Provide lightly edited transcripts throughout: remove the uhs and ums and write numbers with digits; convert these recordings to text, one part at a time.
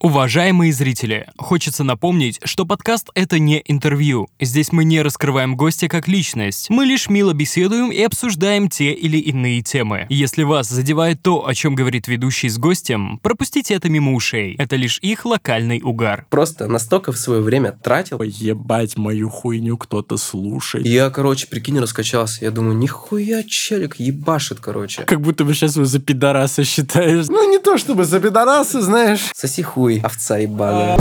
Уважаемые зрители, хочется напомнить, что подкаст — это не интервью. Здесь мы не раскрываем гостя как личность. Мы лишь мило беседуем и обсуждаем те или иные темы. Если вас задевает то, о чем говорит ведущий с гостем, пропустите это мимо ушей. Это лишь их локальный угар. Просто настолько в свое время тратил. Ебать, мою хуйню кто-то слушает. Я, прикинь, раскачался. Я думаю, нихуя челик ебашит, Как будто бы сейчас его за пидораса считаешь. Ну, не то чтобы за пидорасы, знаешь. Соси хуй, овца ебаная.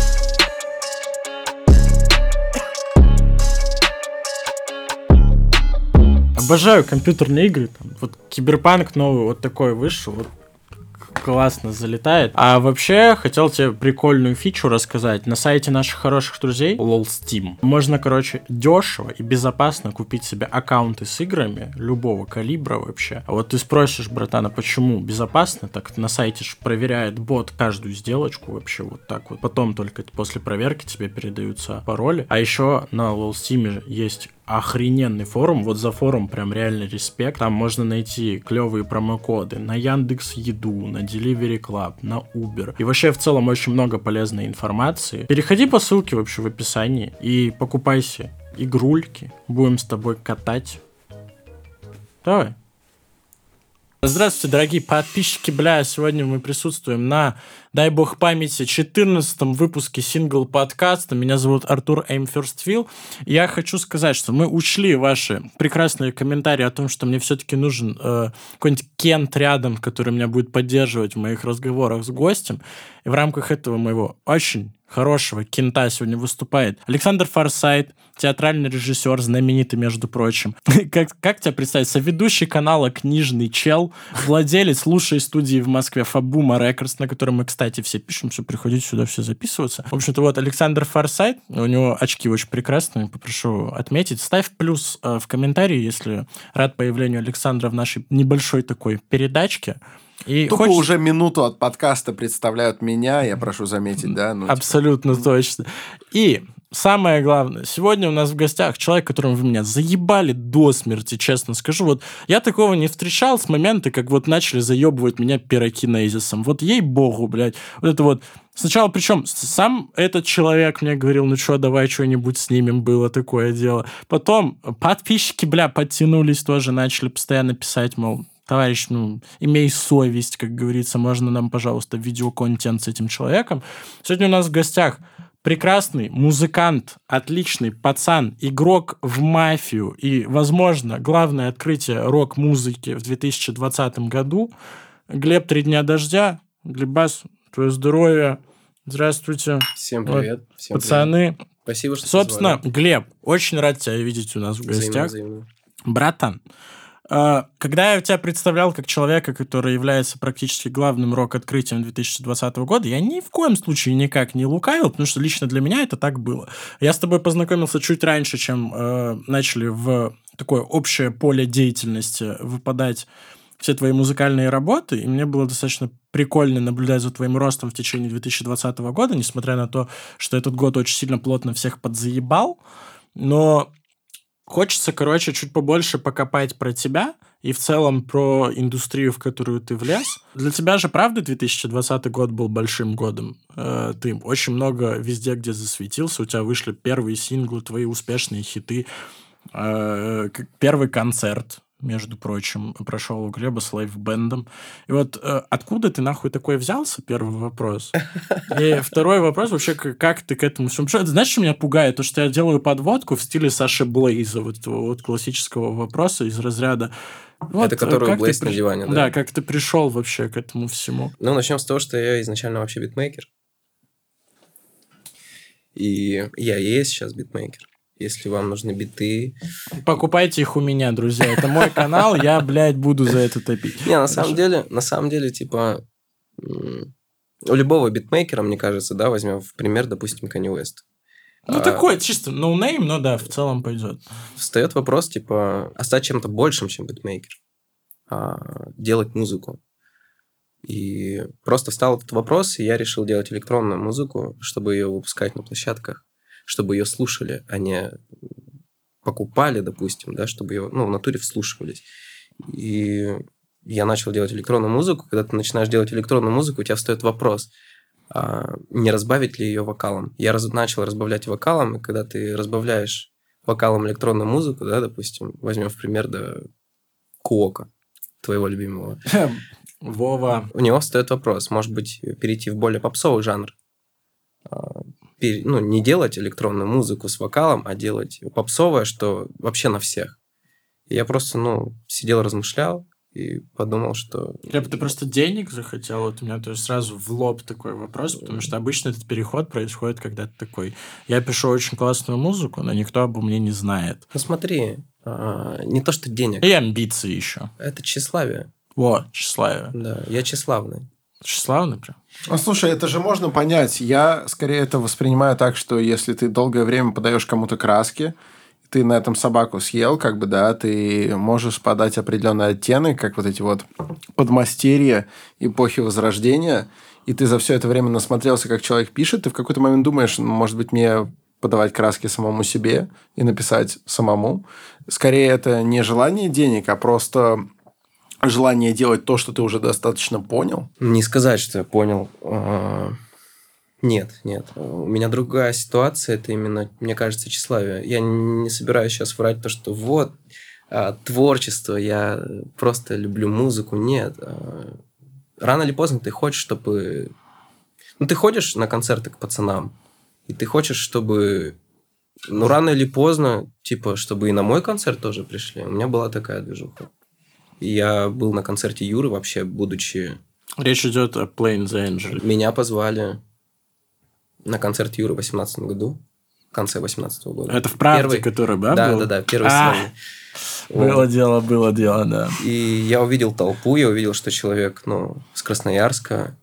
Обожаю компьютерные игры. Вот Киберпанк новый вот такой вышел. Вот классно залетает. А вообще, хотел тебе прикольную фичу рассказать. На сайте наших хороших друзей, LOLsteam, можно, дешево и безопасно купить себе аккаунты с играми любого калибра вообще. А вот ты спросишь, братан, а почему безопасно? Так на сайте же проверяет бот каждую сделочку вообще вот так вот. Потом только после проверки тебе передаются пароли. А еще на LOLsteam есть охрененный форум, вот за форум прям реально респект. Там можно найти клевые промокоды на Яндекс.Еду, на Delivery Club, на Uber. И вообще в целом очень много полезной информации. Переходи по ссылке вообще в описании и покупайся игрульки. Будем с тобой катать. Давай. Здравствуйте, дорогие подписчики, сегодня мы присутствуем на, дай бог памяти, 14-м выпуске сингл-подкаста. Меня зовут Артур Эймферствилл. Я хочу сказать, что мы учли ваши прекрасные комментарии о том, что мне все-таки нужен какой-нибудь Кент рядом, который меня будет поддерживать в моих разговорах с гостем. И в рамках этого моего очень хорошего кента сегодня выступает Александр Форсайт, театральный режиссер, знаменитый, между прочим. Как тебя представить? Соведущий канала «Книжный чел», владелец лучшей студии в Москве Фабума Рекордс, на которой мы, кстати, все пишем, все приходите сюда, все записываться. В общем-то, вот Александр Форсайт, у него очки очень прекрасные, попрошу отметить. Ставь плюс в комментарии, если рад появлению Александра в нашей небольшой такой передачке. И Тупо уже минуту от подкаста представляют меня, я прошу заметить, да? Абсолютно точно. И самое главное, сегодня у нас в гостях человек, которым вы меня заебали до смерти, честно скажу. Вот я такого не встречал с момента, как вот начали заебывать меня пирокинезисом. Вот ей-богу, блядь. Вот это вот. Сначала, причем, сам этот человек мне говорил, ну что, давай что-нибудь снимем, было такое дело. Потом подписчики, подтянулись тоже, начали постоянно писать, мол, товарищ, имей совесть, как говорится, можно нам, пожалуйста, видеоконтент с этим человеком. Сегодня у нас в гостях прекрасный музыкант, отличный пацан, игрок в мафию и, возможно, главное открытие рок-музыки в 2020 году. Глеб «Три дня дождя». Глебас, твое здоровье. Здравствуйте. Всем привет. Всем пацаны. Привет. Спасибо, что Собственно, позвали. Глеб, очень рад тебя видеть у нас в гостях. Взаимно. Братан, когда я тебя представлял как человека, который является практически главным рок-открытием 2020 года, я ни в коем случае никак не лукавил, потому что лично для меня это так было. Я с тобой познакомился чуть раньше, чем начали в такое общее поле деятельности выпадать все твои музыкальные работы, и мне было достаточно прикольно наблюдать за твоим ростом в течение 2020 года, несмотря на то, что этот год очень сильно плотно всех подзаебал, но хочется, чуть побольше покопать про тебя и в целом про индустрию, в которую ты влез. Для тебя же, правда, 2020 год был большим годом? Ты очень много везде, где засветился, у тебя вышли первые синглы, твои успешные хиты, первый концерт, между прочим, прошел у Глеба с лайв-бендом. И вот откуда ты нахуй такой взялся, первый вопрос. И второй вопрос, вообще, как ты к этому всему пришел? Знаешь, что меня пугает? То, что я делаю подводку в стиле Саши Блейза, вот этого вот классического вопроса из разряда. Вот, это который Блейз на диване, да? Да, как ты пришел вообще к этому всему? Начнем с того, что я изначально вообще битмейкер. И я и есть сейчас битмейкер. Если вам нужны биты... Покупайте их у меня, друзья. Это мой канал, я, буду за это топить. Не, на самом деле, типа, у любого битмейкера, мне кажется, да, возьмем в пример, допустим, Kanye West. Такой, чисто ноунейм, но да, в целом пойдет. Встает вопрос, типа, стать чем-то большим, чем битмейкер. Делать музыку. И просто встал этот вопрос, и я решил делать электронную музыку, чтобы ее выпускать на площадках, чтобы ее слушали, а не покупали, допустим, да, чтобы ее, в натуре вслушивались. И я начал делать электронную музыку. Когда ты начинаешь делать электронную музыку, у тебя встает вопрос, не разбавить ли ее вокалом. Я начал разбавлять вокалом, и когда ты разбавляешь вокалом электронную музыку, да, допустим, возьмем в пример, Куока, твоего любимого. Вова. У него встает вопрос, может быть, перейти в более попсовый жанр. Не делать электронную музыку с вокалом, а делать попсовое, что вообще на всех. И я просто, сидел, размышлял и подумал, что... Ты просто денег захотел? Вот у меня тоже сразу в лоб такой вопрос, потому что обычно этот переход происходит, когда ты такой... Я пишу очень классную музыку, но никто обо мне не знает. Смотри, не то, что денег. И амбиции еще. Это тщеславие. Тщеславие. Да, я тщеславный. Тщеславный прям? Слушай, это же можно понять. Я скорее это воспринимаю так, что если ты долгое время подаешь кому-то краски, ты на этом собаку съел, ты можешь подать определенный оттенок, как вот эти вот подмастерья эпохи Возрождения, и ты за все это время насмотрелся, как человек пишет, ты в какой-то момент думаешь, может быть, мне подавать краски самому себе и написать самому. Скорее, это не желание денег, а просто желание делать то, что ты уже достаточно понял. Не сказать, что я понял. Нет. У меня другая ситуация. Это именно, мне кажется, тщеславие. Я не собираюсь сейчас врать то, что творчество, я просто люблю музыку. Нет. Рано или поздно ты хочешь, чтобы... ты ходишь на концерты к пацанам, и ты хочешь, чтобы... рано или поздно, чтобы и на мой концерт тоже пришли. У меня была такая движуха. Я был на концерте Юры, вообще, будучи... Речь идет о Plain the Angel. Меня позвали на концерт Юры в 2018 году, в конце 2018 года. Это в «Правде», который, был? Да, первый сегодня. Было дело, да. И я увидел толпу, я увидел, что человек, с Красноярска,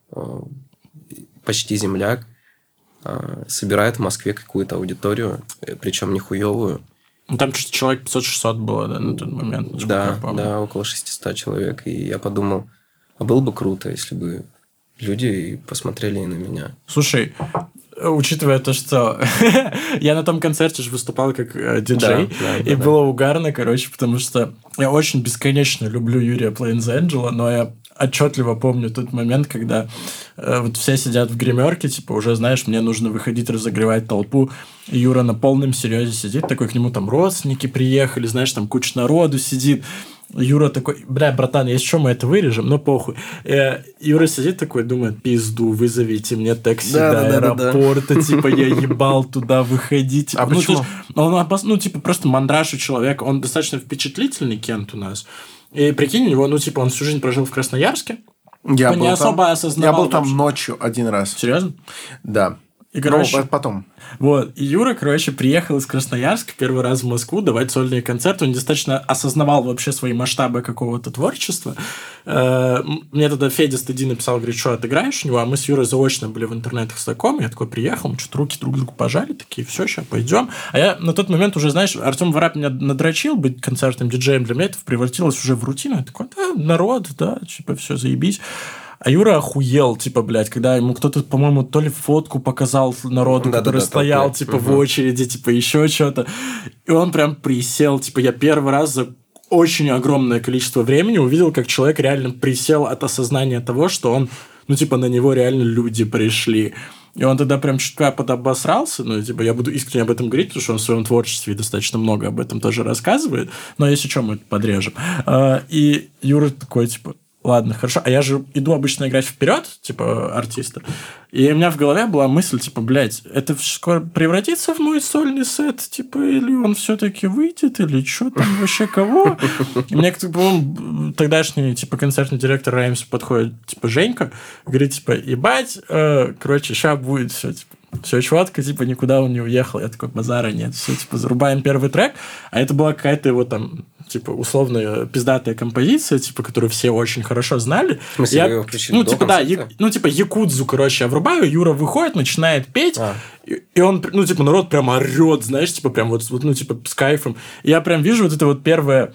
почти земляк, собирает в Москве какую-то аудиторию, причем не хуевую. Там человек 500-600 было, да, на тот момент. Да, около 600 человек. И я подумал, было бы круто, если бы люди посмотрели и на меня. Слушай, учитывая то, что я на том концерте же выступал как диджей, и было угарно, потому что я очень бесконечно люблю Юрия Plain the Angel, но я отчетливо помню тот момент, когда все сидят в гримерке, уже, знаешь, мне нужно выходить разогревать толпу, и Юра на полном серьезе сидит, такой, к нему там родственники приехали, знаешь, там куча народу сидит. Юра такой, братан, если что, мы это вырежем, но похуй. Юра сидит такой, думает, пизду, вызовите мне такси до аэропорта, я ебал туда выходить. А почему? Он, просто мандраж у человека, он достаточно впечатлительный, Кент у нас. И прикинь, у него, он всю жизнь прожил в Красноярске. Я не особо осознавал. Я был там ночью один раз. Серьезно? Да. И, потом. И Юра, приехал из Красноярска первый раз в Москву давать сольные концерты. Он достаточно осознавал вообще свои масштабы какого-то творчества. Мне тогда Федя Стыди написал, говорит, что отыграешь у него, а мы с Юрой заочно были в интернетах знакомы. Я такой приехал, мы что-то руки друг другу пожали, такие, все, сейчас пойдем. А я на тот момент уже, знаешь, Артем Варап меня надрочил быть концертным диджеем. Для меня это превратилось уже в рутину. Я такой, народ, все, заебись. А Юра охуел, когда ему кто-то, по-моему, то ли фотку показал народу, который стоял, в очереди, еще что-то. И он прям присел, я первый раз за очень огромное количество времени увидел, как человек реально присел от осознания того, что он, на него реально люди пришли. И он тогда прям чутка подобосрался, я буду искренне об этом говорить, потому что он в своем творчестве достаточно много об этом тоже рассказывает, но если что, мы это подрежем. И Юра такой, ладно, хорошо. А я же иду обычно играть вперед, артиста. И у меня в голове была мысль, это скоро превратится в мой сольный сет, или он все-таки выйдет, или что там вообще кого? И мне, по-моему, тогдашний, концертный директор Раймса подходит, Женька, говорит, ебать, сейчас будет все, все четко, никуда он не уехал. Я такой, базара нет, все, зарубаем первый трек, а это была какая-то его там, условная пиздатая композиция, которую все очень хорошо знали. В смысле, вы его включили до концерта? Якудзу, я врубаю, Юра выходит, начинает петь, и он, народ прям орет, знаешь, прям с кайфом. И я прям вижу первое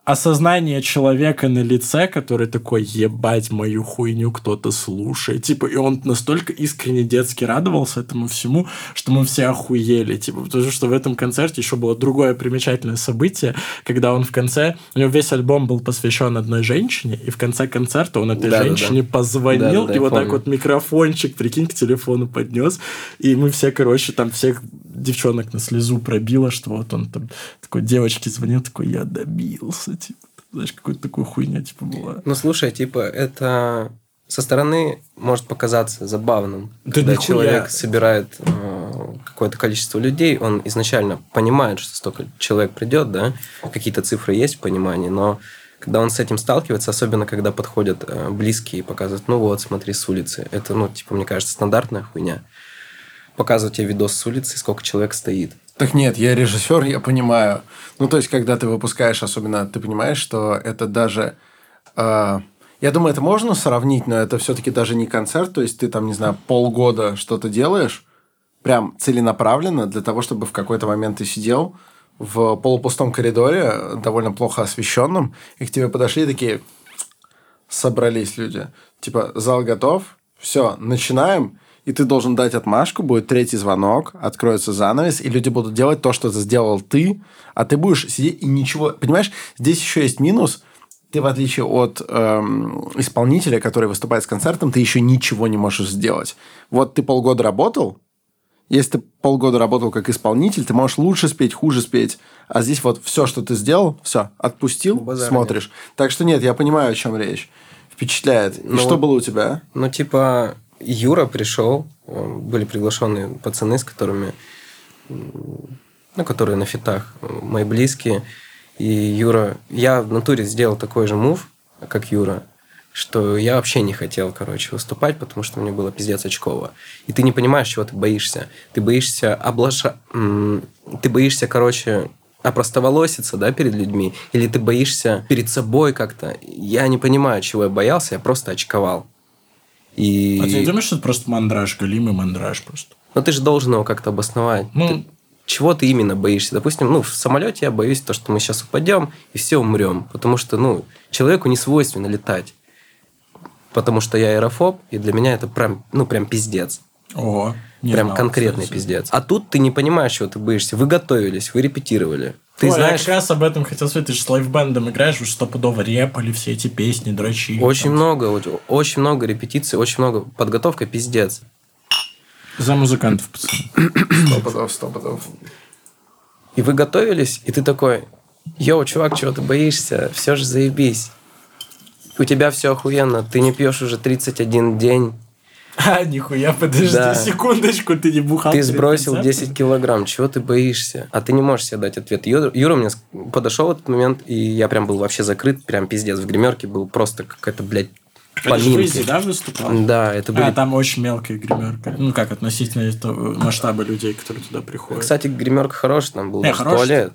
осознание человека на лице, который такой, ебать, мою хуйню кто-то слушает. Типа, и он настолько искренне детски радовался этому всему, что мы все охуели. Типа, потому что в этом концерте еще было другое примечательное событие, когда он в конце... У него весь альбом был посвящен одной женщине, и в конце концерта он этой женщине позвонил, и вот так вот микрофончик, прикинь, к телефону поднес, и мы все, короче, там всех девчонок на слезу пробило, что вот он там такой девочке звонил, такой, я добился, типа, знаешь, какая-то такая хуйня, типа, была. Ну, слушай, типа, это со стороны может показаться забавным, когда человек собирает какое-то количество людей, он изначально понимает, что столько человек придет, да, какие-то цифры есть в понимании, но когда он с этим сталкивается, особенно когда подходят близкие и показывают, ну вот, смотри, с улицы, это, ну, типа, мне кажется, стандартная хуйня. Показывать тебе видос с улицы, сколько человек стоит. Так нет, я режиссер, я понимаю. Ну, то есть, когда ты выпускаешь, особенно ты понимаешь, что это даже... я думаю, это можно сравнить, но это все-таки даже не концерт. То есть, ты там, не знаю, полгода что-то делаешь, прям целенаправленно, для того, чтобы в какой-то момент ты сидел в полупустом коридоре, довольно плохо освещенном, и к тебе подошли такие... Собрались люди. Типа, зал готов, все, начинаем... И ты должен дать отмашку, будет третий звонок, откроется занавес, и люди будут делать то, что сделал ты, а ты будешь сидеть и ничего... Понимаешь, здесь еще есть минус. Ты, в отличие от исполнителя, который выступает с концертом, ты еще ничего не можешь сделать. Вот ты полгода работал, если ты полгода работал как исполнитель, ты можешь лучше спеть, хуже спеть. А здесь вот все, что ты сделал, все, отпустил, смотришь. Так что нет, я понимаю, о чем речь. Впечатляет. И что было у тебя? Ну, типа... Юра пришел, были приглашенные пацаны, с которыми, ну, которые на фитах, мои близкие. И Юра... Я в натуре сделал такой же мув, как Юра, что я вообще не хотел, короче, выступать, потому что мне было пиздец очково. И ты не понимаешь, чего ты боишься. Ты боишься Ты боишься, короче... опростоволоситься, да, перед людьми, или ты боишься перед собой как-то. Я не понимаю, чего я боялся, я просто очковал. И... А ты не думаешь, что это просто мандраж, галимый мандраж просто? Но ты же должен его как-то обосновать. Ну... Чего ты именно боишься? Допустим, ну, в самолете я боюсь то, что мы сейчас упадем и все умрем. Потому что, ну, человеку не свойственно летать. Потому что я аэрофоб, и для меня это прям, ну, прям пиздец. Ого. Прям конкретный пиздец. А тут ты не понимаешь, чего ты боишься. Вы готовились, вы репетировали. Ты знаешь... Я как раз об этом хотел сказать. Ты же с лайфбэндом играешь, вы стопудово репали все эти песни, дрочили. Очень много репетиций, очень много. Подготовка пиздец. За музыкантов, пацаны. 100%. И вы готовились, и ты такой, йоу, чувак, чего ты боишься? Все же заебись. У тебя все охуенно, ты не пьешь уже 31 день. Нихуя, подожди, секундочку, ты не бухал. Ты сбросил 10 килограмм, чего ты боишься? А ты не можешь себе дать ответ. Юра мне подошел в этот момент, и я прям был вообще закрыт, прям пиздец. В гримерке был просто какая-то, блядь, поминки. Да, выступал? Да, это были... там очень мелкая гримерка. Ну, как относительно масштаба людей, которые туда приходят. Кстати, гримерка хорошая, там был туалет.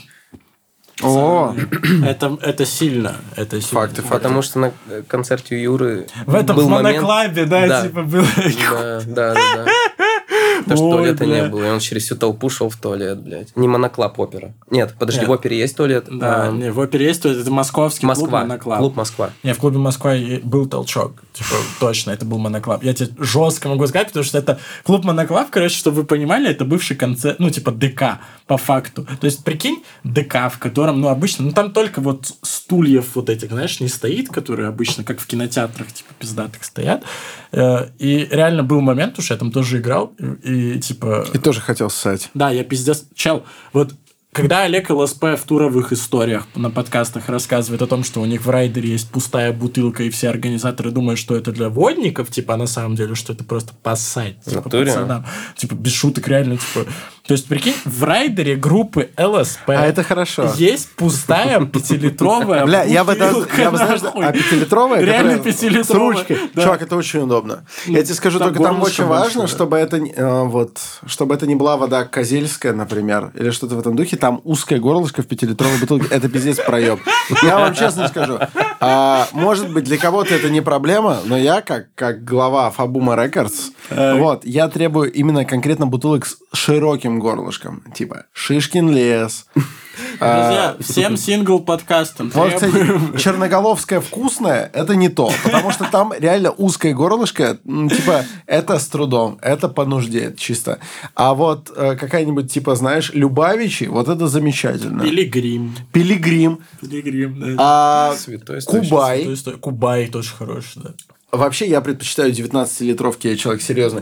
О, это сильно. Это сильно. Факты. Потому что на концерте у Юры в этом был моноклабе, да, типа было. Да. Потому что туалета не было, и он через всю толпу шел в туалет, блядь. Не моноклаб опера. Нет, подожди, в опере есть туалет? Да, не, в опере есть туалет, это московский клуб Моноклаб. Клуб Москва. Не, в клубе Москва был толчок. Типа, точно, это был Моноклаб. Я тебе жестко могу сказать, потому что это клуб Моноклаб, короче, чтобы вы понимали, это бывший концерт, ну, типа, ДК, по факту. То есть, прикинь, ДК, в котором, ну, обычно, ну, там только вот стульев вот этих, знаешь, не стоит, которые обычно, как в кинотеатрах, типа, пиздатых стоят. И реально был момент, уж я там тоже играл, и типа... И тоже хотел ссать. Да, я пиздец... Чел, вот когда Олег ЛСП в туровых историях на подкастах рассказывает о том, что у них в райдере есть пустая бутылка, и все организаторы думают, что это для водников, типа, а на самом деле, что это просто поссать, типа, пацанам. Типа, без шуток, реально, типа... То есть, прикинь, в райдере группы ЛСП... А это хорошо. Есть пустая 5-литровая бля, я бы знаешь, а 5-литровая, реально которая 5-литровая. с ручкой. Да. Чувак, это очень удобно. Я тебе скажу, только там очень важно, чтобы это не была вода Козельская, например, или что-то в этом духе. Там узкое горлышко в 5-литровой бутылке. Это пиздец проеб. Я вам честно скажу. Может быть, для кого-то это не проблема, но я, как глава Фабума Рекордс, вот, я требую именно конкретно бутылок с широким горлышком. Типа Шишкин лес. Друзья, всем сингл-подкастам. Вот, кстати, черноголовская вкусная, это не то. Потому что там реально узкое горлышко. Типа, это с трудом, это по нужде чисто. А вот какая-нибудь, типа, знаешь, Любавичи, вот это замечательно. Пилигрим. Пилигрим. Пилигрим, да. А Святой Кубай. Кубай тоже хороший, да. Вообще, я предпочитаю 19-литровки, я человек серьезный.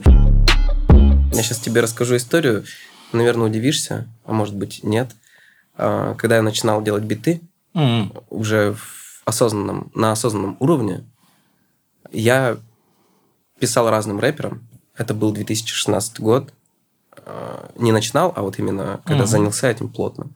Я сейчас тебе расскажу историю. Наверное, удивишься, а может быть, нет. Когда я начинал делать биты, уже на осознанном уровне, я писал разным рэперам. Это был 2016 год. Не начинал, а вот именно когда занялся этим плотно.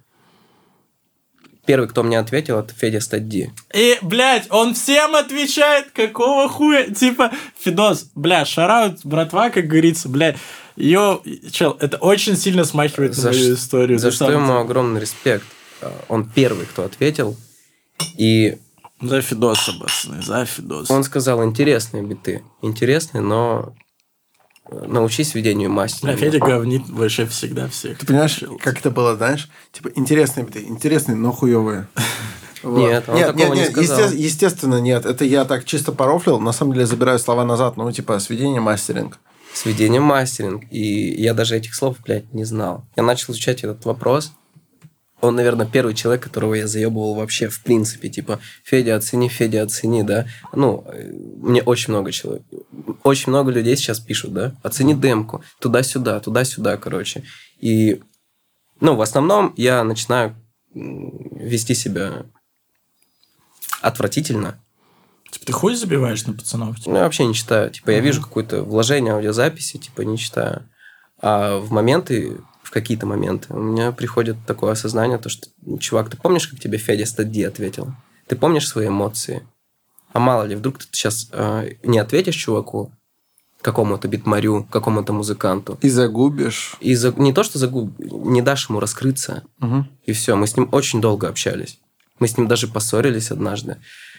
Первый, кто мне ответил, это Федя Стадди. И, блядь, он всем отвечает, какого хуя? Типа, Фидос, бля, шараут, братва, как говорится, бля. Чел, это очень сильно смахивает на мою историю. За что ему огромный респект. Он первый, кто ответил. И... За Фидоса, пацаны, за Фидоса. Он сказал, интересные биты. Интересные, но... Научись ведению мастера. Бля, Федя говнит вообще всегда всех. Ты понимаешь, как это было, знаешь? Типа, интересные биты, интересные, но хуёвые. Нет, он такого не сказал. Естественно, нет. Это я так чисто порофлил. На самом деле, забираю слова назад. Ну, типа, сведение, мастеринг. Сведение, мастеринг. И я даже этих слов, блядь, не знал. Я начал изучать этот вопрос. Он, наверное, первый человек, которого я заебывал вообще в принципе. Типа, Федя, оцени, да. Ну, мне очень много людей сейчас пишут, да. Оцени демку. Туда-сюда, короче. И, ну, в основном я начинаю вести себя отвратительно. Типа, ты хуй забиваешь на пацанов? Типа? Ну, я вообще не читаю. Типа, я вижу какое-то вложение аудиозаписи, типа, не читаю. А в какие-то моменты у меня приходит такое осознание, то, что, чувак, ты помнишь, как тебе Федя Стадди ответил? Ты помнишь свои эмоции? А мало ли, вдруг ты сейчас не ответишь чуваку, какому-то битмарю, какому-то музыканту. И загубишь. Не то, что не дашь ему раскрыться. И все. Мы с ним очень долго общались. Мы с ним даже поссорились однажды.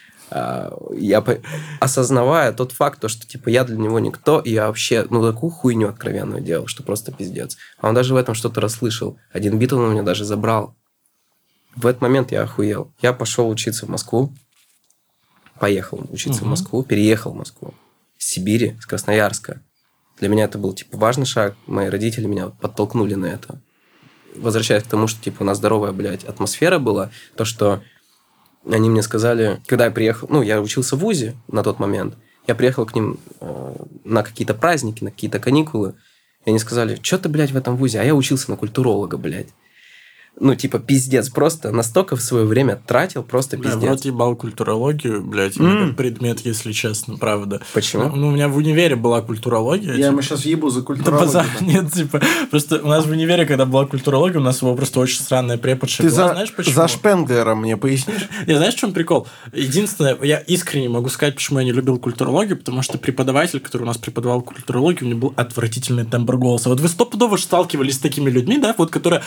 Я осознавая тот факт, что типа я для него никто, и я вообще такую хуйню откровенную делал, что просто пиздец. А он даже в этом что-то расслышал. Один бит он у меня даже забрал. В этот момент я охуел. Я пошел учиться в Москву. Поехал учиться в Москву. Переехал в Москву. С Сибири, с Красноярска. Для меня это был типа важный шаг. Мои родители меня подтолкнули на это. Возвращаясь к тому, что типа у нас здоровая, блядь, атмосфера была, то, что они мне сказали, когда я приехал, я учился в вузе на тот момент, я приехал к ним на какие-то праздники, на какие-то каникулы, и они сказали, что ты, блядь, в этом вузе? А я учился на культуролога, блядь. Типа, пиздец, просто настолько в свое время тратил, просто пиздец. Я вроде ебал культурологию, блядь, как предмет, если честно, правда. Почему? У меня в универе была культурология. Я ему сейчас ебу за культурологию. Да, нет, типа, просто у нас в универе, когда была культурология, у нас была просто очень странная преподша. Ты знаешь, почему? за Шпенглера мне пояснишь? Не, знаешь, в чем прикол? Единственное, я искренне могу сказать, почему я не любил культурологию, потому что преподаватель, который у нас преподавал культурологию, у него был отвратительный тембр голоса. Вот вы стопудово сталкивались с такими людьми, да, вот, которые,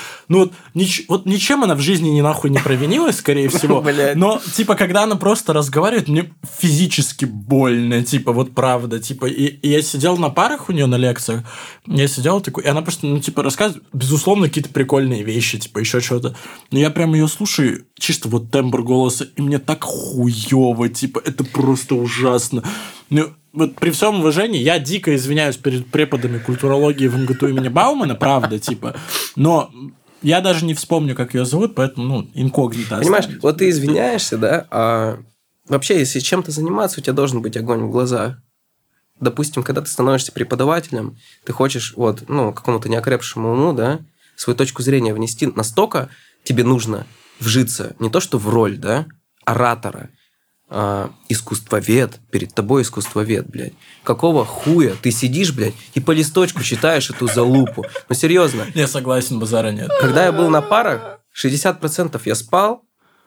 ничем она в жизни ни нахуй не провинилась, скорее всего. Но, типа, когда она просто разговаривает, мне физически больно, типа, вот правда. Типа, и я сидел на парах у нее на лекциях, я сидел такой, и она просто, рассказывает, безусловно, какие-то прикольные вещи, типа, еще что-то. Но я прям ее слушаю, чисто вот тембр голоса, и мне так хуёво, типа, это просто ужасно. Вот при всем уважении, я дико извиняюсь перед преподами культурологии в МГТУ имени Баумана, правда, типа, но я даже не вспомню, как ее зовут, поэтому, инкогнито. Понимаешь, вот ты извиняешься, да, а вообще, если чем-то заниматься, у тебя должен быть огонь в глазах. Допустим, когда ты становишься преподавателем, ты хочешь, какому-то неокрепшему уму, да, свою точку зрения внести, настолько тебе нужно вжиться не то что в роль, да, оратора, искусствовед, перед тобой искусствовед, блядь. Какого хуя ты сидишь, блядь, и по листочку читаешь эту залупу? Серьезно. Я согласен, базара нет. Когда я был на парах, 60% я спал,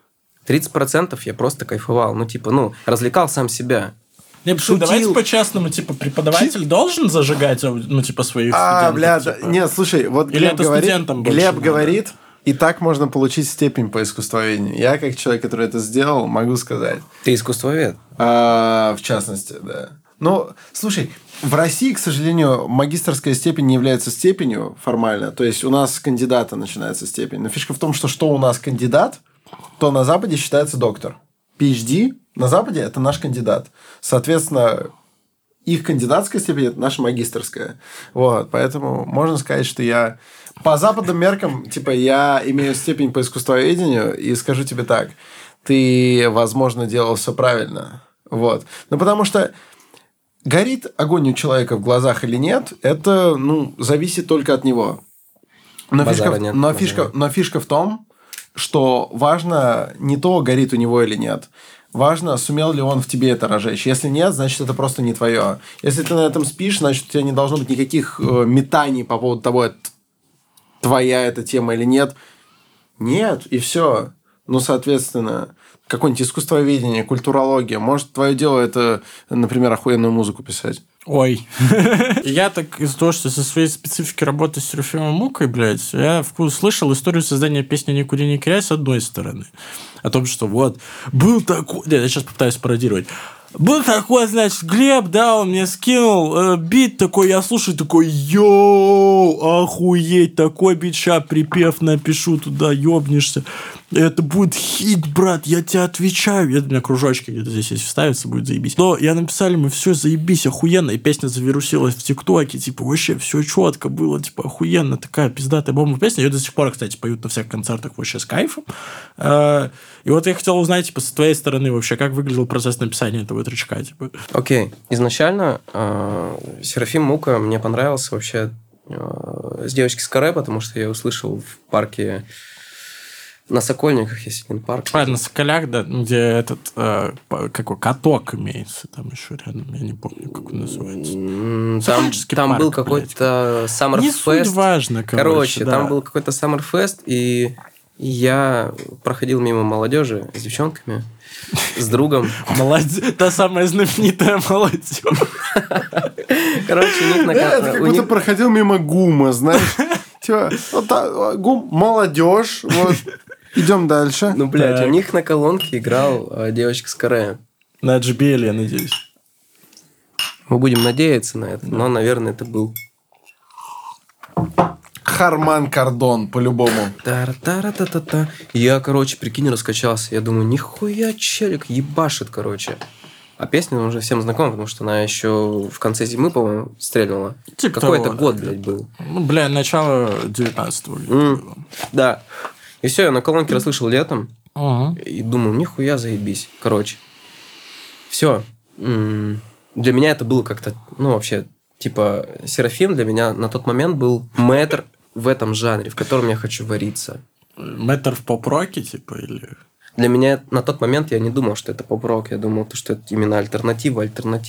30% я просто кайфовал. Развлекал сам себя. Давайте по-честному, преподаватель должен зажигать, своих студентов. Нет, слушай, вот Или Глеб говорит, и так можно получить степень по искусствоведению. Я, как человек, который это сделал, могу сказать. Ты искусствовед? В частности, да. Ну, слушай, в России, к сожалению, магистерская степень не является степенью формально. То есть, у нас с кандидата начинается степень. Но фишка в том, что у нас кандидат, то на Западе считается доктор. PhD на Западе – это наш кандидат. Соответственно, их кандидатская степень – это наша магистерская. Вот. Поэтому можно сказать, что я по западным меркам, типа, я имею степень по искусствоведению, и скажу тебе так, ты, возможно, делал все правильно. Вот. Ну, потому что горит огонь у человека в глазах или нет, это, зависит только от него. Но фишка в том, что важно не то, горит у него или нет. Важно, сумел ли он в тебе это разжечь. Если нет, значит, это просто не твое. Если ты на этом спишь, значит, у тебя не должно быть никаких метаний по поводу того, это твоя эта тема или нет. Нет, и все. Соответственно, какое-нибудь искусствоведение, культурология. Может, твое дело это, например, охуенную музыку писать. Ой. Я так из-за того, что со своей специфики работы с Серафимом Мукой, блядь, я слышал историю создания песни «Никуда не крясь» с одной стороны. О том, что вот был такой... Я сейчас попытаюсь пародировать. Был такой, значит, Глеб, да, он мне скинул бит такой, я слушаю, такой, йоу, охуеть, такой бит, ща припев напишу, туда ёбнешься. Это будет хит, брат, я тебе отвечаю. У меня кружочки где-то здесь есть, вставится, будет заебись. Но я написали, мы все заебись, охуенно, и песня завирусилась в ТикТоке, типа, вообще все четко было, типа, охуенно, такая пиздатая бомба песня. Ее до сих пор, кстати, поют на всех концертах вообще с кайфом. И вот я хотел узнать, типа, с твоей стороны вообще, как выглядел процесс написания этого тречка, типа. Окей. Изначально Серафим Мука мне понравился вообще с «Девочки с каре», потому что я услышал в парке на Сокольниках, есть один парк. На Соколях, да, где этот какой каток имеется, там еще рядом, я не помню, как он называется. Там был какой-то Summerfest. Не суть важно, короче, да. Там был какой-то Summerfest, и я проходил мимо молодежи с девчонками, с другом. Та самая знаменитая молодежь. Короче, у них на это как будто проходил мимо ГУМа, знаешь. Типа, ГУМ, молодежь, вот. Идем дальше. Блядь, у них на колонке играл «Девочка с каре». На JBL, я надеюсь. Мы будем надеяться на это, но, наверное, это был... Харман Кардон, по-любому. Та-ра-та-ра-та-та-та. Я, прикинь, раскачался. Я думаю, нихуя челик ебашит, А песня уже всем знакома, потому что она еще в конце зимы, по-моему, стрельнула. Типа какой-то год, блядь, был. Начало 19-го было. Да. И все, я на колонке расслышал летом. И думаю, нихуя заебись. Все. Для меня это было как-то, вообще, типа, Серафим для меня на тот момент был мэтр в этом жанре, в котором я хочу вариться. Мэтр в поп-роке, типа, или... Для меня на тот момент я не думал, что это поп-рок. Я думал, что это именно альтернатива,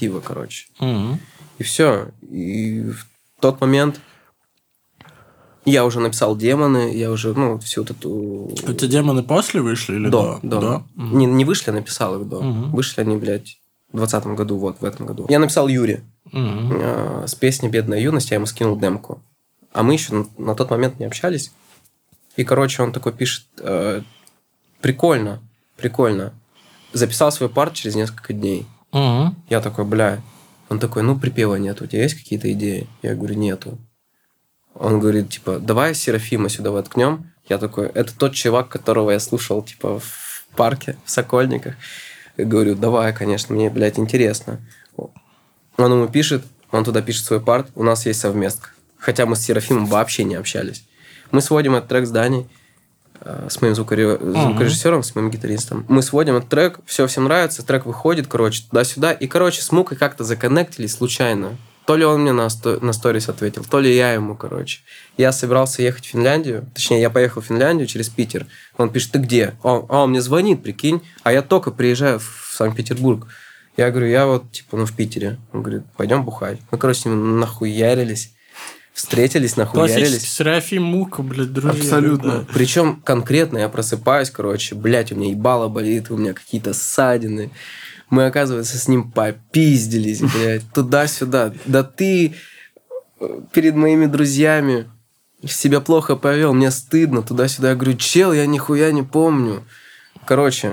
И все. И в тот момент я уже написал демоны, я уже, всю вот эту... У тебя демоны после вышли или до? До. Не вышли, я написал их до. Вышли они, блядь, в 2020 году, в этом году. Я написал Юре с песней «Бедная юность», я ему скинул демку. А мы еще на тот момент не общались. И, он такой пишет... Прикольно. Записал свой парт через несколько дней. Я такой, бля. Он такой, припева нет. У тебя есть какие-то идеи? Я говорю, нету. Он говорит, типа, давай Серафима сюда воткнем. Я такой, это тот чувак, которого я слушал, типа, в парке, в Сокольниках. Я говорю, давай, конечно, мне, блядь, интересно. Он ему пишет, он туда пишет свой парт. У нас есть совместка. Хотя мы с Серафимом вообще не общались. Мы сводим этот трек с Даней, с моим звукорежиссером, с моим гитаристом. Мы сводим этот трек, все всем нравится, трек выходит, туда-сюда. И, с Мукой как-то законнектились случайно. То ли он мне на сторис ответил, то ли я ему, Я собирался ехать в Финляндию. Точнее, я поехал в Финляндию через Питер. Он пишет, ты где? Он мне звонит, прикинь. А я только приезжаю в Санкт-Петербург. Я говорю, я вот, в Питере. Он говорит, пойдем бухать. Мы, с ним нахуярились. Встретились, нахуярились. Классический Серафим Мука, блядь, друзья. Абсолютно. Да. Причем конкретно я просыпаюсь, блядь, у меня ебало болит, у меня какие-то ссадины. Мы, оказывается, с ним попиздились, блядь, туда-сюда. Да ты перед моими друзьями себя плохо повел, мне стыдно, туда-сюда. Я говорю, чел, я нихуя не помню.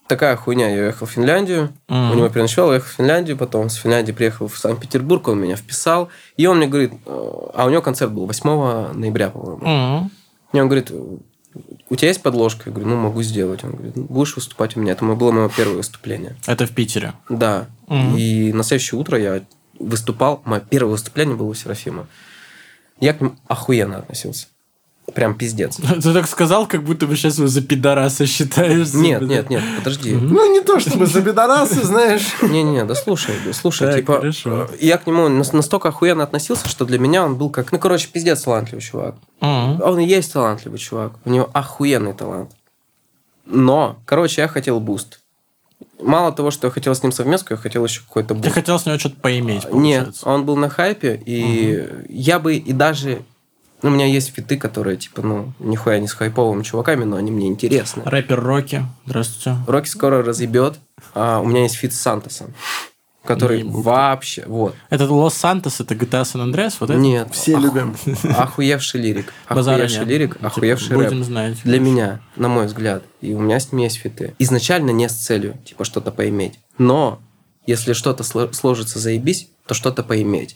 такая хуйня. Я уехал в Финляндию, у него переночевал, уехал в Финляндию, потом с Финляндии приехал в Санкт-Петербург, он меня вписал, и он мне говорит, а у него концерт был 8 ноября, по-моему. И он говорит, у тебя есть подложка? Я говорю, ну, могу сделать. Он говорит, будешь выступать у меня. Это было мое первое выступление. Это в Питере? Да. И на следующее утро я выступал, мое первое выступление было у Серафима. Я к ним охуенно относился. Прям пиздец. Ты так сказал, как будто бы сейчас его за пидораса считаешь. Нет, подожди. Ну, не то, чтобы за пидорасы, знаешь. Не, да слушай, Так, типа, хорошо. я к нему настолько охуенно относился, что для меня он был как, пиздец талантливый чувак. Он и есть талантливый чувак, у него охуенный талант. Но, я хотел буст. Мало того, что я хотел с ним совместку, я хотел еще какой-то буст. Ты хотел с него что-то поиметь, получается? Нет, он был на хайпе, и я бы и даже... у меня есть фиты, которые, нихуя не с хайповыми чуваками, но они мне интересны. Рэпер Рокки, здравствуйте. Рокки скоро разъебет. У меня есть фит с Сантосом, который вообще... Вот. Это Лос-Сантос, это GTA San Andreas? Вот это? Нет. Все любим. Охуевший лирик. Базара Охуевший нет. лирик, охуевший рэп. Будем знать. Для меня, на мой взгляд. И у меня с ним есть фиты. Изначально не с целью, что-то поиметь. Но если что-то сложится заебись, то что-то поиметь.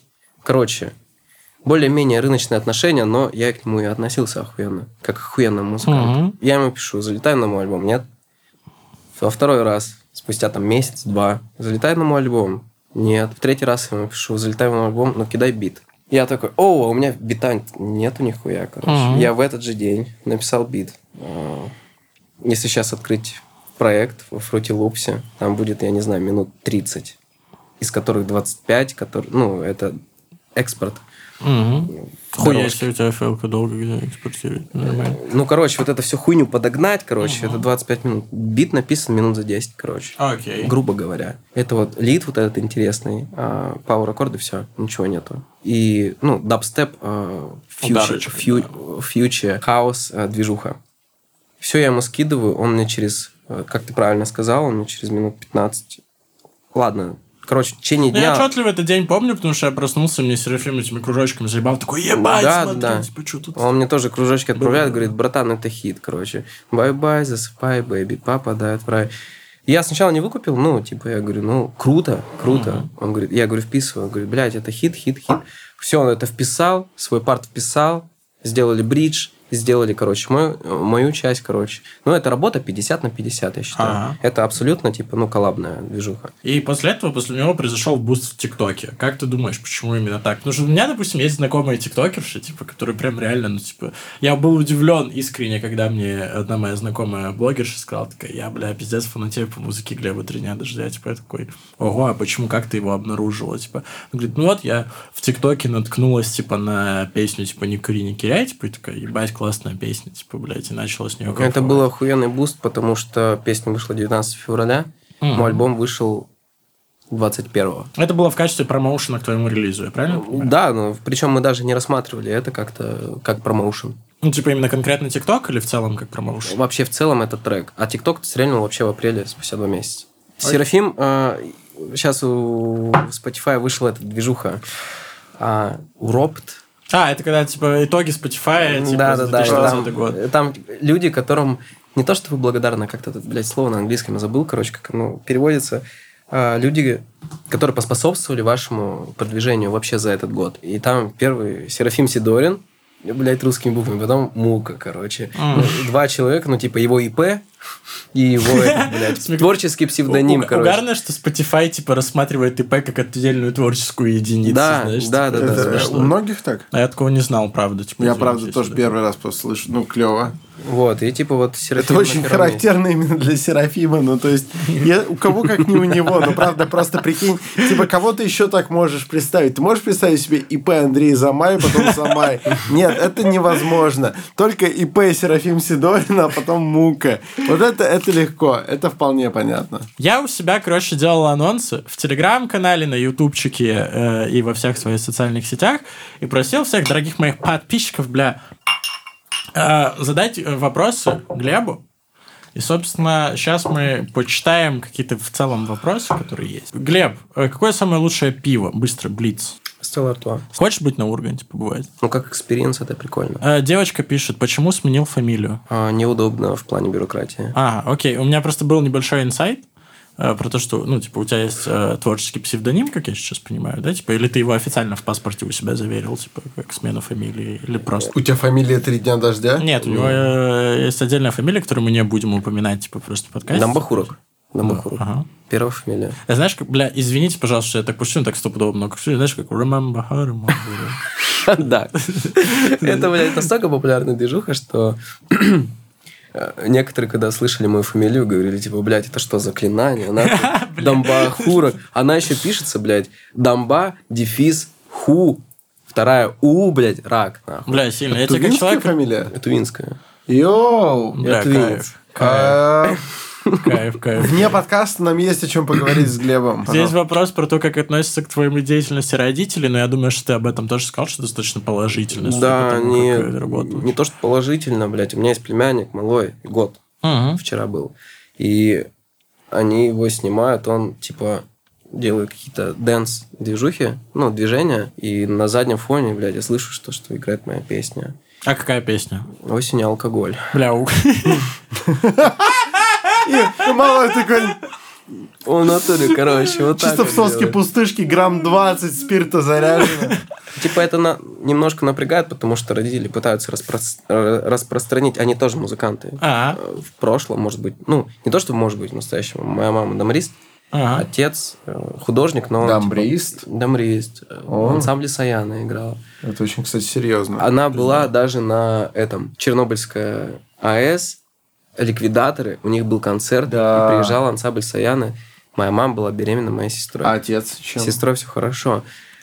Более-менее рыночные отношения, но я к нему и относился охуенно. Как охуенный музыкант. Я ему пишу, залетай на мой альбом. Нет. Во второй раз, спустя месяц-два, залетай на мой альбом. Нет. В третий раз я ему пишу, залетай на мой альбом, но кидай бит. Я такой, у меня бита нету нихуя, Я в этот же день написал бит. Если сейчас открыть проект в Fruity Loops, там будет, я не знаю, минут 30, из которых 25, это экспорт. Хуя себе, у тебя файлка долго где экспортирует. Нормально. Вот это всю хуйню подогнать, это 25 минут. Бит написан минут за 10, Окей. Грубо говоря. Это лид этот интересный, пауэр аккорды, все, ничего нету. И, дабстеп, фьючер, хаус, движуха. Все я ему скидываю, он мне через, как ты правильно сказал, он мне через минут 15... Ладно, в течение дня... Я отчетливо этот день помню, потому что я проснулся, мне Серафим этими кружочками заебал, такой, ебать, смотри, что тут... Он мне тоже кружочки отправляет, говорит, братан, это хит, Бай-бай, засыпай, бэйби, папа, дай отправь. Я сначала не выкупил, я говорю, круто. Он говорит, я говорю, вписываю, говорит, блядь, это хит. Все, он это вписал, свой парт вписал, сделали бридж, сделали, мою часть, это работа 50 на 50, я считаю. Это абсолютно, коллабная движуха. И после него произошел буст в ТикТоке. Как ты думаешь, почему именно так? Потому что у меня, допустим, есть знакомые тиктокерши, которые прям реально, я был удивлен искренне, когда мне одна моя знакомая блогерша сказала, такая, я, пиздец, фанатею по музыке Глеба 3 дня дождя. Я такой, ого, а почему, как ты его обнаружила? Он говорит, я в ТикТоке наткнулась, на песню, не кури, не киряй, и такая, ебать, классная песня, и начала с нее кайфовать. Это был охуенный буст, потому что песня вышла 19 февраля, мой альбом вышел 21-го. Это было в качестве промоушена к твоему релизу, я правильно понимаю? Да, причем мы даже не рассматривали это как-то как промоушен. Именно конкретно ТикТок или в целом как промоушен? Вообще в целом это трек. А ТикТок стрельнул вообще в апреле, спустя 2 месяца. Серафим, сейчас у Spotify вышла эта движуха Уропт. Это когда, итоги Spotify, да, 2020 год. Там люди, которым не то, что вы благодарны, а как-то, слово на английском я забыл, как оно переводится. Люди, которые поспособствовали вашему продвижению вообще за этот год. И там первый Серафим Сидорин, русскими буквами, потом Мука, 2 человека, его ИП и его, творческий псевдоним, Угарно, что Spotify, рассматривает ИП как отдельную творческую единицу, да, знаешь? Да. У многих так? А я такого не знал, правда. Я, правда, тоже первый раз просто слышу. Клево. И Серафим... Это очень характерно именно для Серафима. То есть, у кого как не у него. Правда, просто прикинь, кого ты еще так можешь представить? Ты можешь представить себе ИП Андрей Замай, потом Замай? Нет, это невозможно. Только ИП Серафим Сидорин, а потом Мука. Это легко. Это вполне понятно. Я у себя, делал анонсы в Телеграм-канале, на Ютубчике и во всех своих социальных сетях и просил всех дорогих моих подписчиков, задать вопросы Глебу. И, собственно, сейчас мы почитаем какие-то в целом вопросы, которые есть. Глеб, какое самое лучшее пиво? Быстро, блиц. Стелла Артуа. Хочешь быть на Урганте побывать? Ну, как экспириенс, это прикольно. Девочка пишет, почему сменил фамилию? Неудобно в плане бюрократии. Окей. У меня просто был небольшой инсайт про то, что, ну, типа, у тебя есть творческий псевдоним, как я сейчас понимаю, да? Типа, или ты его официально в паспорте у себя заверил, типа, как смену фамилии, или просто... У тебя фамилия 3 дня дождя? Нет, у него есть отдельная фамилия, которую мы не будем упоминать, типа, просто в подкасте. Дамбахурок. Ага. Первая фамилия. Знаешь, как, бля, извините, пожалуйста, что я так пущу, так стопудово много. Знаешь, как remember her, Да. Это, блядь, настолько популярная движуха, что некоторые, когда слышали мою фамилию, говорили, типа, блядь, это что, заклинание? Дамбахурок. Она еще пишется, блядь, дамба, дефис, ху, вторая у, блядь, рак. Бля, сильно. Я Это тебе как человек... фамилия? Тувинская. Йоу! Бля, Тувинец. Кайф. Вне подкаста нам есть о чем поговорить с Глебом. Здесь вопрос про то, как относятся к твоей деятельности родители, но я думаю, что ты об этом тоже сказал, что достаточно положительно. Да, не не то, что положительно, блядь. У меня есть племянник малой, год вчера был. И они его снимают, он, типа, делает какие-то дэнс-движухи, ну, движения, и на заднем фоне, блядь, я слышу, что играет моя песня. А какая песня? «Осень и алкоголь». Бля, И малой такой... Он натуре, короче, вот так Чисто в соске делает. пустышки, грамм 20 спирта заряжено. Типа это немножко напрягает, потому что родители пытаются распространить, они тоже музыканты. В прошлом, может быть, ну, не то, что может быть в настоящем. Моя мама дамбрист, отец художник, но... Дамбрист? Типа, дамбрист. В ансамбле Саяна играла. Это очень, кстати, серьезно. Она была даже на этом Чернобыльская АЭС, ликвидаторы, у них был концерт, Да. и приезжал ансамбль Саяны. Моя мама была беременна моей сестрой. А отец чем? С сестрой все хорошо.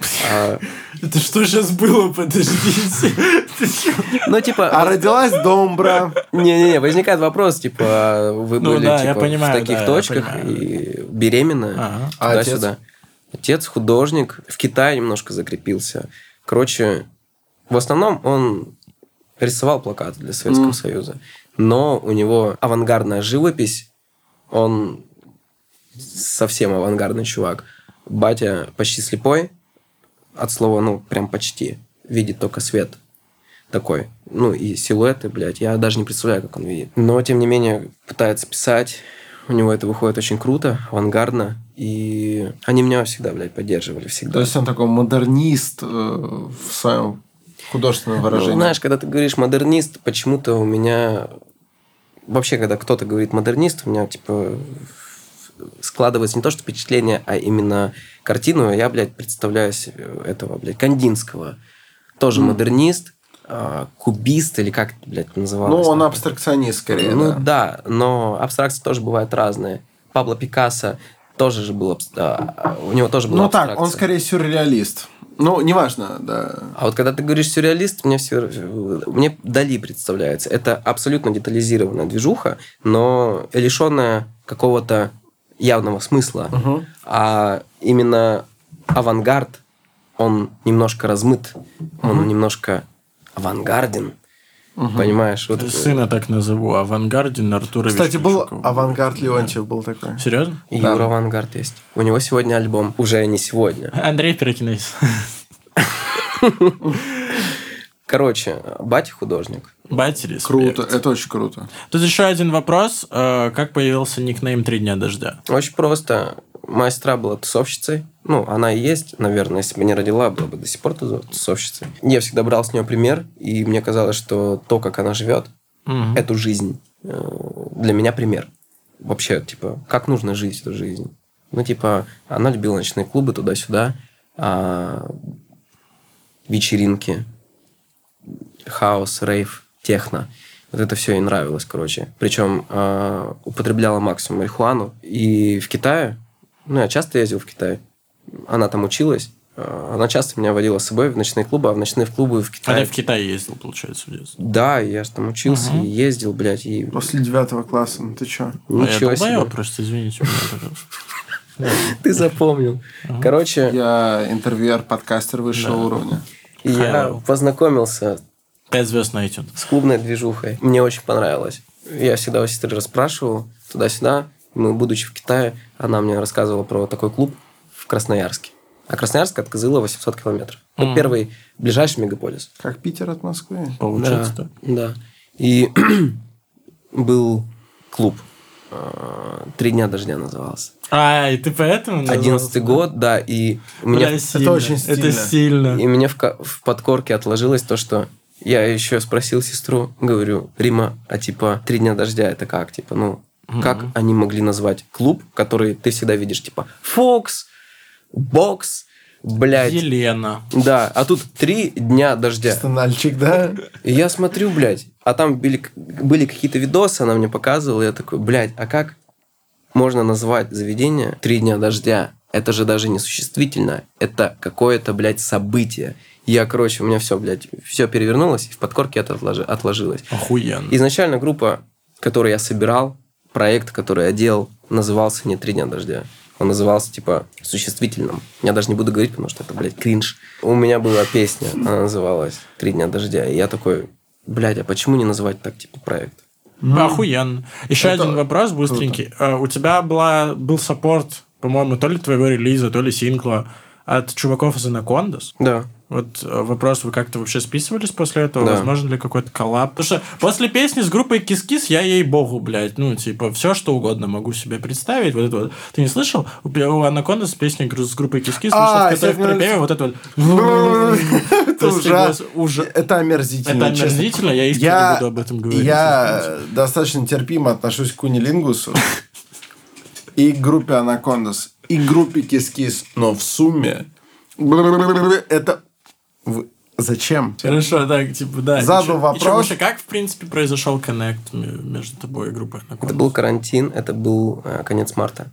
Это что сейчас было? Подождите. Ну, типа... А родилась Домбра. Не-не-не, возникает вопрос, типа, вы Ну были да, я типа, понимаю, в таких да, точках я понимаю. и беременна, А туда-сюда. Отец художник, в Китае немножко закрепился. Короче, в основном он рисовал плакаты для Советского Союза, но у него авангардная живопись, он совсем авангардный чувак. Батя почти слепой, от слова, ну, прям почти, видит только свет такой. Ну, и силуэты, блядь, я даже не представляю, как он видит. Но, тем не менее, пытается писать, у него это выходит очень круто, авангардно, и они меня всегда, блядь, поддерживали, всегда. То есть он такой модернист в своем художественном выражении. Ну, знаешь, когда ты говоришь модернист, почему-то у меня... Вообще, когда кто-то говорит модернист, у меня, типа, складывается не то, что впечатление, а именно картину. Я, блядь, представляю себе этого, блядь, Кандинского. Тоже модернист, кубист, или как это, блядь, называлось? Ну, он абстракционист, скорее. Ну, да, но абстракции тоже бывают разные. Пабло Пикассо тоже же был... у него тоже была абстракция. так, он скорее сюрреалист. Ну, неважно, да. А вот когда ты говоришь сюрреалист, мне Дали представляется. Это абсолютно детализированная движуха, но лишенная какого-то явного смысла. А именно авангард, он немножко размыт, он немножко авангарден. Понимаешь? Вот... Сына так назову. Авангардин Артурович. Кстати, был Пешков. Авангард Леонтьев был такой. Серьезно? И Юра Авангард есть. У него сегодня альбом. Уже не сегодня. Андрей Перекинайся. Короче, батя художник. Батери. Круто, это очень круто. Тут еще один вопрос. Как появился никнейм «Три дня дождя»? Очень просто. Моя сестра была тусовщицей. Ну, она и есть, наверное, если бы не родила, была бы до сих пор тусовщицей. Я всегда брал с нее пример, и мне казалось, что то, как она живет, эту жизнь, для меня пример. Вообще, типа, как нужно жить эту жизнь. Ну, типа, она любила ночные клубы туда-сюда, вечеринки, хаос, рейв, техно. Вот это все ей нравилось, короче. Причем употребляла максимум марихуану. И в Китае, ну, я часто ездил в Китай, она там училась, она часто меня водила с собой в ночные клубы, а в ночные клубы в Китае... А я в Китае ездил, получается, в детстве. Да, я же там учился и ездил, блядь, и... После 9 класса, ну ты чё? Ничего я себе. долбоёб, просто извините. у меня Ты запомнил. Короче, Я интервьюер, подкастер высшего уровня. я познакомился 5 звезд на iTunes. с клубной движухой. Мне очень понравилось. Я всегда у сестры расспрашивал туда-сюда. Мы, будучи в Китае, она мне рассказывала про такой клуб в Красноярске. А Красноярск от Кызыла 800 километров. Это первый ближайший мегаполис. Как Питер от Москвы. Получается, да. Да. И был клуб. 3 дня дождя назывался. И ты поэтому назывался? 11-й год, да. И у меня... Бля, сильно. очень стильно. Это сильно. И мне в подкорке отложилось то, что я еще спросил сестру, говорю, Рима, а типа 3 дня дождя это как? Типа, ну, как они могли назвать клуб, который ты всегда видишь, типа, Фокс, Бокс, блядь. Елена. Да, а тут 3 дня дождя. Стональчик, да? И я смотрю, блядь, а там были какие-то видосы, она мне показывала, и я такой, блядь, а как можно назвать заведение 3 дня дождя? Это же даже не существительно, это какое-то, блядь, событие. Я, короче, у меня все, блядь, все перевернулось, и в подкорке это отложилось. Охуенно. Изначально группа, которую я собирал, проект, который я делал, назывался не 3 дня дождя. Он назывался, типа, существительным. Я даже не буду говорить, потому что это, блядь, кринж. У меня была песня, она называлась 3 дня дождя. И я такой, блядь, а почему не называть так, типа, проект? Охуенно. Еще один вопрос быстренький. У тебя был саппорт, по-моему, то ли твоего релиза, то ли сингла от чуваков из Anacondas. Да. Вот вопрос, вы как-то вообще списывались после этого? Да. Возможно ли какой-то коллаб? Потому что после песни с группой Кис-Кис я, ей-богу, блядь, ну, типа, все что угодно могу себе представить. Вот это вот. Ты не слышал? У Anacondas песня с группой Кис-Кис, в которой в припеве вот это вот... Это ужасно. Это омерзительно. Это омерзительно, я искренне буду об этом говорить. Я достаточно терпимо отношусь к Кунилингусу и к группе Anacondas, и к группе Кис-Кис, но в сумме это... Зачем? Хорошо, так, типа, да. Задал вопрос. Вообще, как, в принципе, произошел коннект между тобой и группой Anacondas? Это был карантин, это был конец марта.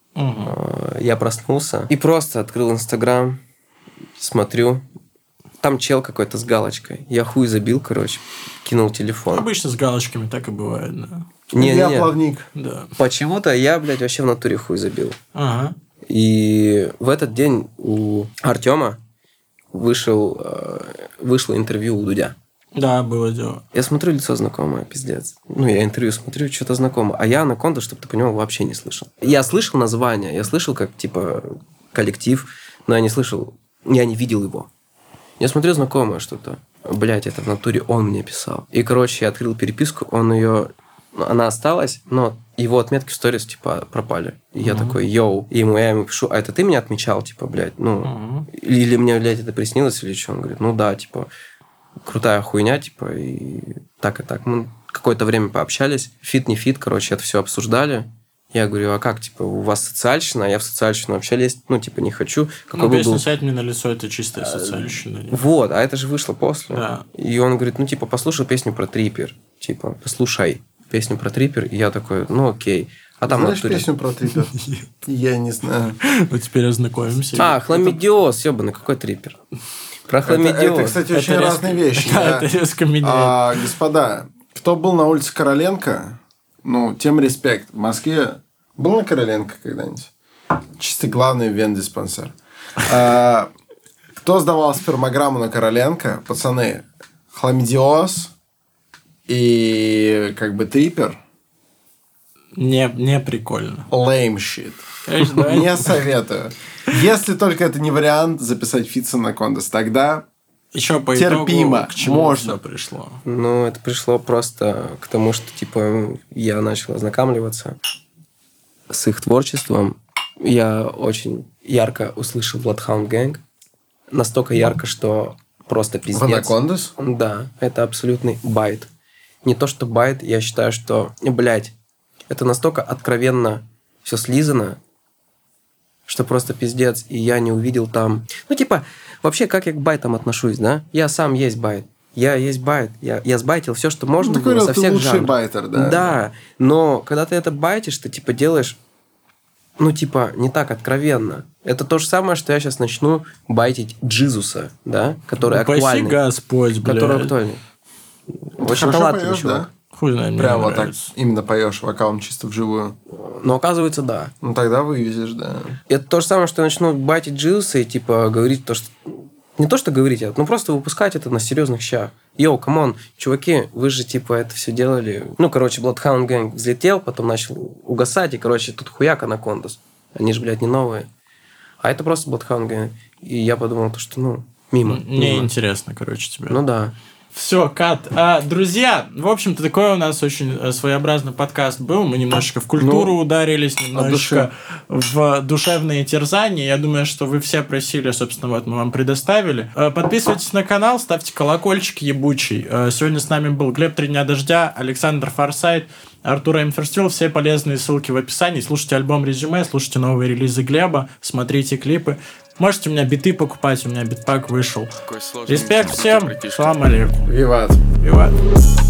Я проснулся и просто открыл Инстаграм, смотрю, там чел какой-то с галочкой. Я хуй забил, короче, кинул телефон. Обычно с галочками так и бывает, да. Я плавник. Да. Почему-то я, блядь, вообще в натуре хуй забил. Ага. И в этот день у Артема вышло интервью у Дудя. Да, было дело. Я смотрю, лицо знакомое, пиздец. Ну, я интервью смотрю, что-то знакомое. А я Anaconda, чтобы ты понимал, вообще не слышал. Я слышал название, я слышал, как, типа, коллектив, но я не слышал, я не видел его. Я смотрю, знакомое что-то. Блять, это в натуре он мне писал. И, короче, я открыл переписку, она осталась, но его отметки в сторис, типа, пропали. И я такой, йоу. И я ему пишу, а это ты меня отмечал, типа, блядь, ну... Или мне, блядь, это приснилось, или что? Он говорит, ну да, типа, крутая хуйня, типа, и так. Мы какое-то время пообщались. Фит, не фит, короче, это все обсуждали. Я говорю, а как, типа, у вас социальщина, а я в социальщину вообще лезть, ну, типа, не хочу. Ну, песня «Сядь мне на лицо» — это чистая социальщина. Вот, а это же вышло после. Да. И он говорит, ну, типа, послушай песню про трипер. Типа, послушай песню про трипер. И я такой, ну, окей. А там знаешь песню про трипер? Я не знаю. Ну, теперь ознакомимся. Хламидиоз, ёбаный, какой трипер? Про хламидиоз. Это, кстати, очень разные вещи. Да, это резко меняет. Господа, кто был на улице Короленко, ну, тем респект. В Москве был на Короленко когда-нибудь? Чисто главный вендиспансер. Кто сдавал спермограмму на Короленко? Пацаны, хламидиоз и как бы трипер. Не прикольно. Lame shit. Не советую. Если только это не вариант записать фит с Anacondas, тогда еще по терпимо, итогу, к чему можно. все пришло? Ну, это пришло просто к тому, что, типа, я начал ознакомливаться с их творчеством. Я очень ярко услышал Bloodhound Gang. Настолько ярко, что просто пиздец. В Anacondas? Да, это абсолютный байт. Не то, что байт, я считаю, что, блядь, это настолько откровенно все слизано, что просто пиздец, и я не увидел там... Ну, типа, вообще, как я к байтам отношусь, да? Я сам есть байт. Я есть байт. Я сбайтил все, что можно было со всех лучший жанров. байтер, да. Да, но когда ты это байтишь, ты, типа, делаешь, ну, типа, не так откровенно. Это то же самое, что я сейчас начну байтить Джизуса, да? Который актуальный. Господь, блядь. Который актуальный. Очень Хорошо талантливый поёшь, чувак. да? Хуй знает, мне Прям не вот так нравится. именно поешь вокалом чисто вживую. Но оказывается, да. Ну, тогда вывезешь, да. Это то же самое, что я начну байтить Джизуса и, типа, говорить то, что... Не то, что говорить, а ну просто выпускать это на серьезных щах. Йоу, камон, чуваки, вы же, типа, это все делали... Ну, короче, Bloodhound Gang взлетел, потом начал угасать, и, короче, тут хуяк Anacondas. Они же, блядь, не новые. А это просто Bloodhound. И я подумал, что, мимо. Мне интересно, короче, тебе. Ну да. Все, кат. Друзья, в общем-то, такой у нас очень своеобразный подкаст был. Мы немножечко в культуру ударились, немножечко в душевные терзания. Я думаю, что вы все просили, собственно, вот мы вам предоставили. Подписывайтесь на канал, ставьте колокольчик ебучий. Сегодня с нами был Глеб 3 дня дождя, Александр Форсайт, Артур Эмферстил. Все полезные ссылки в описании. Слушайте альбом «Резюме», слушайте новые релизы Глеба, смотрите клипы. Можете у меня биты покупать, у меня битпак вышел. Респект всем, салам алейкум. Виват. Виват.